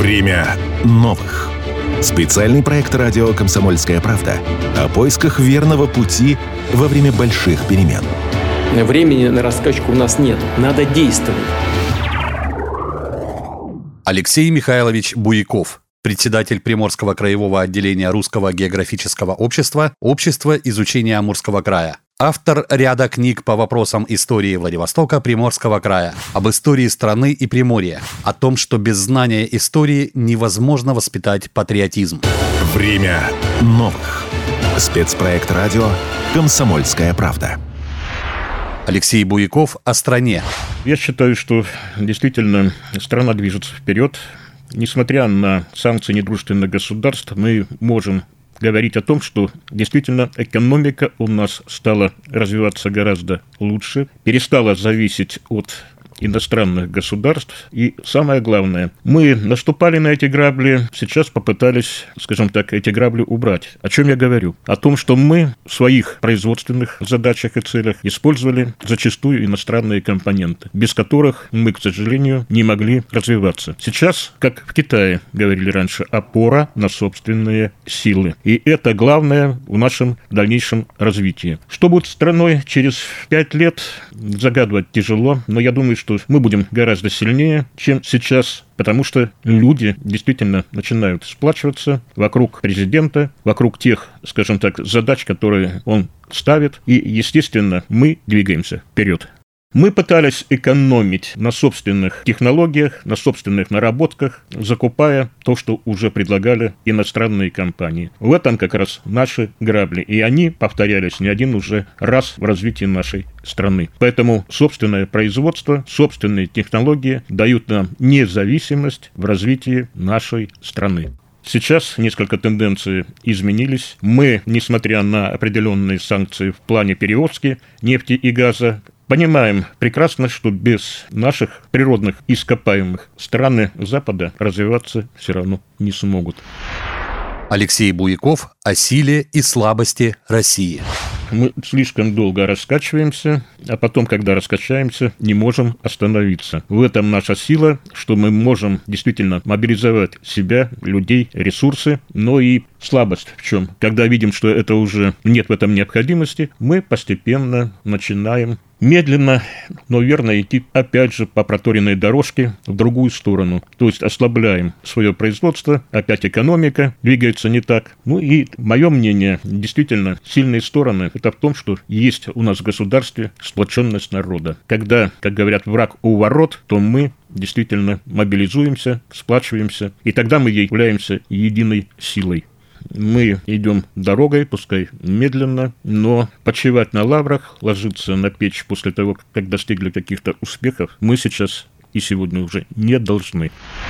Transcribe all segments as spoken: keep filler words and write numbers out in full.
Время новых. Специальный проект радио «Комсомольская правда» о поисках верного пути во время больших перемен. Времени на раскачку у нас нет. Надо действовать. Алексей Михайлович Буяков, председатель Приморского краевого отделения Русского географического общества, Общества изучения Амурского края. Автор ряда книг по вопросам истории Владивостока, Приморского края, об истории страны и Приморья, о том, что без знания истории невозможно воспитать патриотизм. Время новых. Спецпроект радио «Комсомольская правда». Алексей Буяков о стране. Я считаю, что действительно страна движется вперед. Несмотря на санкции недружественных государств, мы можем говорить о том, что действительно экономика у нас стала развиваться гораздо лучше, перестала зависеть от иностранных государств. И самое главное, мы наступали на эти грабли, сейчас попытались, скажем так, эти грабли убрать. О чем я говорю? О том, что мы в своих производственных задачах и целях использовали зачастую иностранные компоненты, без которых мы, к сожалению, не могли развиваться. Сейчас, как в Китае говорили раньше, опора на собственные силы. И это главное в нашем дальнейшем развитии. Что будет с страной через пять лет, загадывать тяжело, но я думаю, что что мы будем гораздо сильнее, чем сейчас, потому что люди действительно начинают сплачиваться вокруг президента, вокруг тех, скажем так, задач, которые он ставит, и, естественно, мы двигаемся вперед. Мы пытались экономить на собственных технологиях, на собственных наработках, закупая то, что уже предлагали иностранные компании. В этом как раз наши грабли, и они повторялись не один уже раз в развитии нашей страны. Поэтому собственное производство, собственные технологии дают нам независимость в развитии нашей страны. Сейчас несколько тенденций изменились. Мы, несмотря на определенные санкции в плане перевозки нефти и газа, понимаем прекрасно, что без наших природных ископаемых страны Запада развиваться все равно не смогут. Алексей Буяков о силе и слабости России. Мы слишком долго раскачиваемся, а потом, когда раскачаемся, не можем остановиться. В этом наша сила, что мы можем действительно мобилизовать себя, людей, ресурсы, но и слабость в чем? Когда видим, что это уже нет в этом необходимости, мы постепенно начинаем медленно, но верно идти, опять же, по проторенной дорожке в другую сторону. То есть ослабляем свое производство, опять экономика двигается не так. Ну и мое мнение, действительно, сильные стороны это в том, что есть у нас в государстве сплоченность народа. Когда, как говорят, враг у ворот, то мы действительно мобилизуемся, сплачиваемся, и тогда мы являемся единой силой. Мы идем дорогой, пускай медленно, но почивать на лаврах, ложиться на печь после того, как достигли каких-то успехов, мы сейчас и сегодня уже не должны.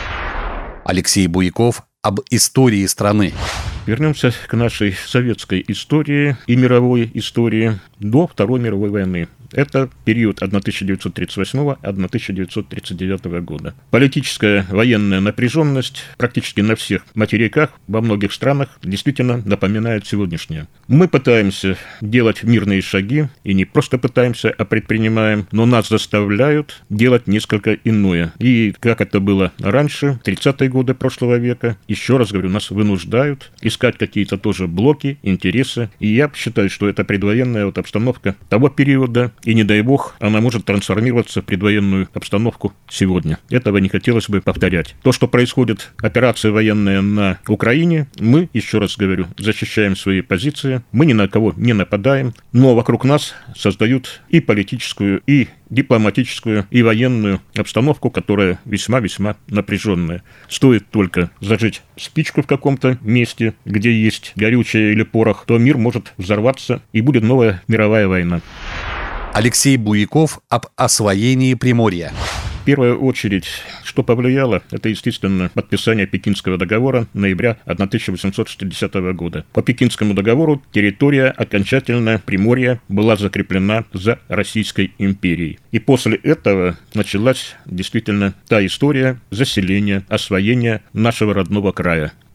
Алексей Буяков об истории страны. Вернемся к нашей советской истории и мировой истории до Второй мировой войны. Это период тысяча девятьсот тридцать восьмого — тысяча девятьсот тридцать девятого года. Политическая военная напряженность практически на всех материках, во многих странах действительно напоминает сегодняшнее. Мы пытаемся делать мирные шаги, и не просто пытаемся, а предпринимаем, но нас заставляют делать несколько иное. И как это было раньше, тридцатые годы прошлого века, еще раз говорю, нас вынуждают искать какие-то тоже блоки, интересы. И я считаю, что это предвоенная вот обстановка того периода, и не дай бог, она может трансформироваться в предвоенную обстановку сегодня. Этого не хотелось бы повторять. То, что происходит, операция военная на Украине, мы, еще раз говорю, защищаем свои позиции, мы ни на кого не нападаем, но вокруг нас создают и политическую, и дипломатическую, и военную обстановку, которая весьма-весьма напряженная. Стоит только зажечь спичку в каком-то месте, где есть горючее или порох, то мир может взорваться, и будет новая мировая война. Алексей Буяков об освоении Приморья. В первую очередь, что повлияло, это, естественно, подписание Пекинского договора ноября тысяча восемьсот шестидесятого года. По Пекинскому договору территория окончательно Приморья была закреплена за Российской империей. И после этого началась действительно та история заселения, освоения нашего родного края.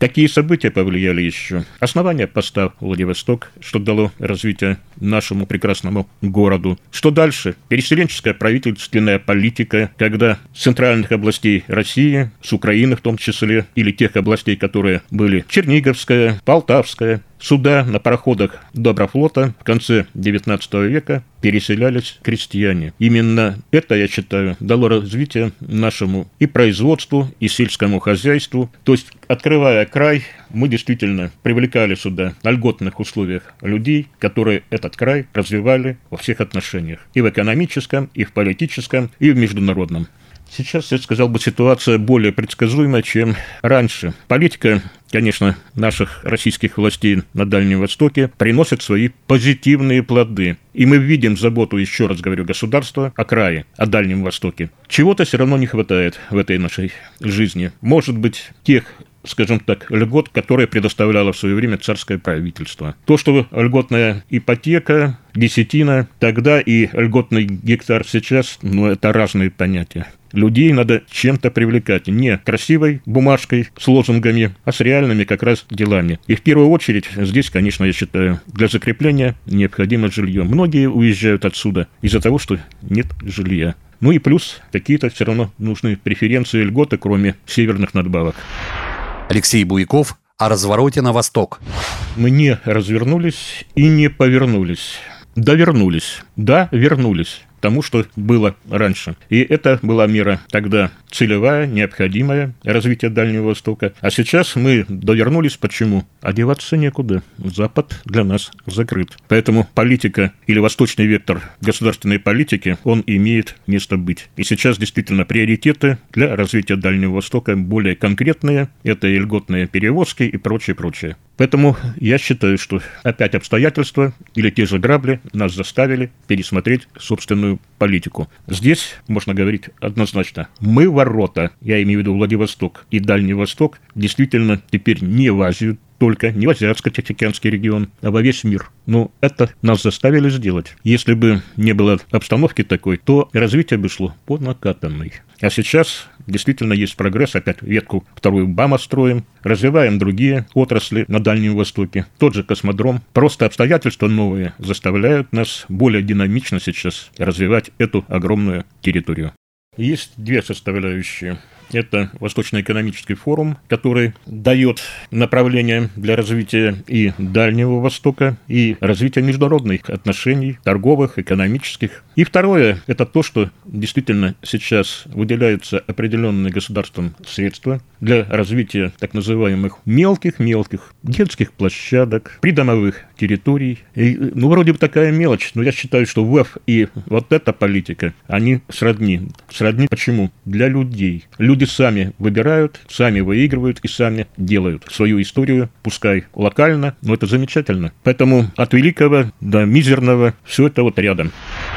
Какие события повлияли еще? Основание поста Владивосток, что дало развитие нашему прекрасному городу. Что дальше? Переселенческая правительственная политика, когда с центральных областей России, с Украины в том числе, или тех областей, которые были Черниговская, Полтавская, сюда на пароходах Доброфлота в конце девятнадцатого века переселялись крестьяне. Именно это, я считаю, дало развитие нашему и производству, и сельскому хозяйству. То есть, открывая край, мы действительно привлекали сюда на льготных условиях людей, которые этот край развивали во всех отношениях. И в экономическом, и в политическом, и в международном. Сейчас, я сказал бы, ситуация более предсказуема, чем раньше. Политика, конечно, наших российских властей на Дальнем Востоке приносит свои позитивные плоды. И мы видим заботу, еще раз говорю, государства о крае, о Дальнем Востоке. Чего-то все равно не хватает в этой нашей жизни. Может быть, тех, скажем так, льгот, которые предоставляло в свое время царское правительство. То, что льготная ипотека, десятина тогда и льготный гектар сейчас, ну, это разные понятия. Людей надо чем-то привлекать, не красивой бумажкой с лозунгами, а с реальными как раз делами. И в первую очередь здесь, конечно, я считаю, для закрепления необходимо жилье. Многие уезжают отсюда из-за того, что нет жилья. Ну и плюс какие-то все равно нужны преференции и льготы, кроме северных надбавок. Алексей Буйков о развороте на восток. Мы не развернулись и не повернулись. Довернулись. Да, вернулись к тому, что было раньше. И это была мера тогда целевая, необходимая, развитие Дальнего Востока. А сейчас мы довернулись. Почему? Одеваться некуда. Запад для нас закрыт. Поэтому политика или восточный вектор государственной политики, он имеет место быть. И сейчас действительно приоритеты для развития Дальнего Востока более конкретные. Это и льготные перевозки и прочее, прочее. Поэтому я считаю, что опять обстоятельства или те же грабли нас заставили пересмотреть собственную политику. Здесь можно говорить однозначно. Мы ворота, я имею в виду Владивосток и Дальний Восток, действительно теперь не в Азию только, не в Азиатско-Тихоокеанский регион, а во весь мир. Но это нас заставили сделать. Если бы не было обстановки такой, то развитие бы шло по накатанной. А сейчас действительно есть прогресс. Опять ветку вторую БАМа строим, развиваем другие отрасли на Дальнем Востоке. Тот же космодром. Просто обстоятельства новые заставляют нас более динамично сейчас развивать эту огромную территорию. Есть две составляющие. Это Восточно-экономический форум, который дает направление для развития и Дальнего Востока, и развития международных отношений, торговых, экономических. И второе, это то, что действительно сейчас выделяются определенные государством средства для развития так называемых мелких-мелких детских площадок, придомовых территорий. И, ну, вроде бы такая мелочь, но я считаю, что ВЭФ и вот эта политика, они сродни. Сродни почему? Для людей. Люди сами выбирают, сами выигрывают и сами делают свою историю, пускай локально, но это замечательно. Поэтому от великого до мизерного все это вот рядом.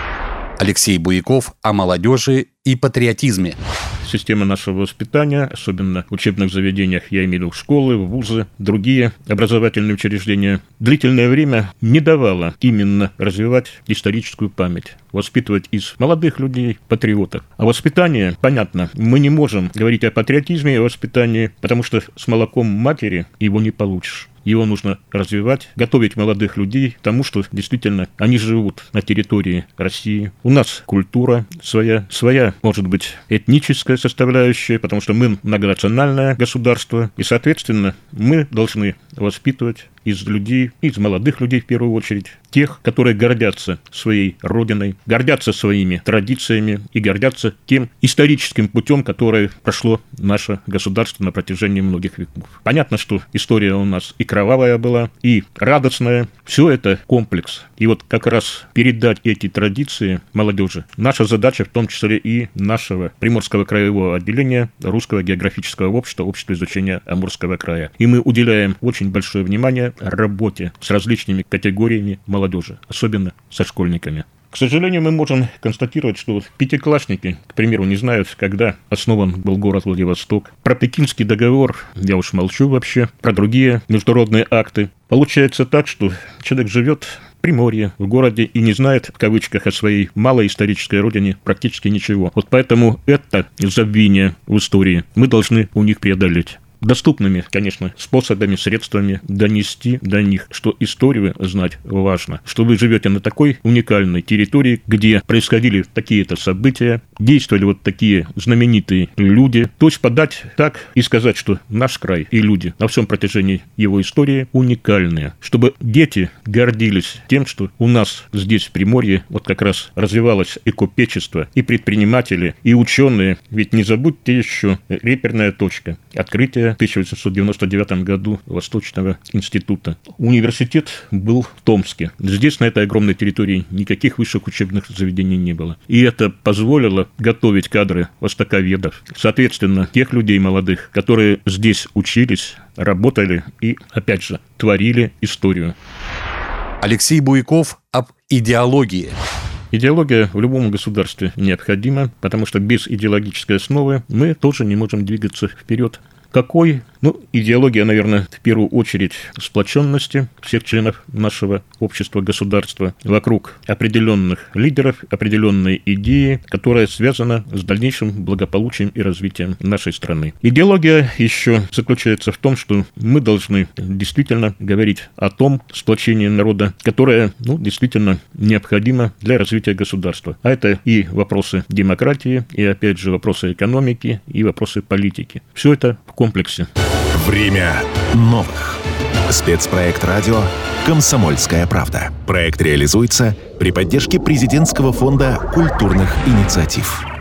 Алексей Буйков о молодежи и патриотизме. Система нашего воспитания, особенно в учебных заведениях, я имею в виду школы, вузы, другие образовательные учреждения, длительное время не давала именно развивать историческую память, воспитывать из молодых людей патриотов. А воспитание, понятно, мы не можем говорить о патриотизме и о воспитании, потому что с молоком матери его не получишь. Его нужно развивать, готовить молодых людей к тому, что действительно они живут на территории России. У нас культура своя, своя, может быть, этническая составляющая, потому что мы многонациональное государство, и, соответственно, мы должны воспитывать из людей, из молодых людей в первую очередь, тех, которые гордятся своей родиной, гордятся своими традициями и гордятся тем историческим путем, который прошло наше государство на протяжении многих веков. Понятно, что история у нас и кровавая была, и радостная. Все это комплекс. И вот как раз передать эти традиции молодежи наша задача, в том числе и нашего Приморского краевого отделения Русского географического общества, общества изучения Амурского края. И мы уделяем очень большое внимание работе с различными категориями молодежи, особенно со школьниками. К сожалению, мы можем констатировать, что пятиклассники, к примеру, не знают, когда основан был город Владивосток. Про Пекинский договор я уж молчу вообще, про другие международные акты. Получается так, что человек живет в Приморье, в городе, и не знает, в кавычках, о своей малой исторической родине практически ничего. Вот поэтому это забвение в истории мы должны у них преодолеть. доступными, конечно, способами, средствами донести до них, что историю знать важно, что вы живете на такой уникальной территории, где происходили такие-то события, действовали вот такие знаменитые люди. То есть подать так и сказать, что наш край и люди на всем протяжении его истории уникальные, чтобы дети гордились тем, что у нас здесь в Приморье вот как раз развивалось и купечество, и предприниматели, и ученые. Ведь не забудьте еще реперная точка открытия в тысяча восемьсот девяносто девятом году Восточного института. Университет был в Томске. Здесь, на этой огромной территории, никаких высших учебных заведений не было. И это позволило готовить кадры востоковедов, соответственно, тех людей молодых, которые здесь учились, работали и, опять же, творили историю. Алексей Буйков об идеологии. Идеология в любом государстве необходима, потому что без идеологической основы мы тоже не можем двигаться вперед. Какой? Ну, идеология, наверное, в первую очередь сплоченности всех членов нашего общества, государства вокруг определенных лидеров, определенной идеи, которая связана с дальнейшим благополучием и развитием нашей страны. Идеология еще заключается в том, что мы должны действительно говорить о том сплочении народа, которое, ну, действительно необходимо для развития государства. А это и вопросы демократии, и, опять же, вопросы экономики, и вопросы политики. Все это в комплексе. Время новых. Спецпроект радио «Комсомольская правда». Проект реализуется при поддержке президентского фонда культурных инициатив.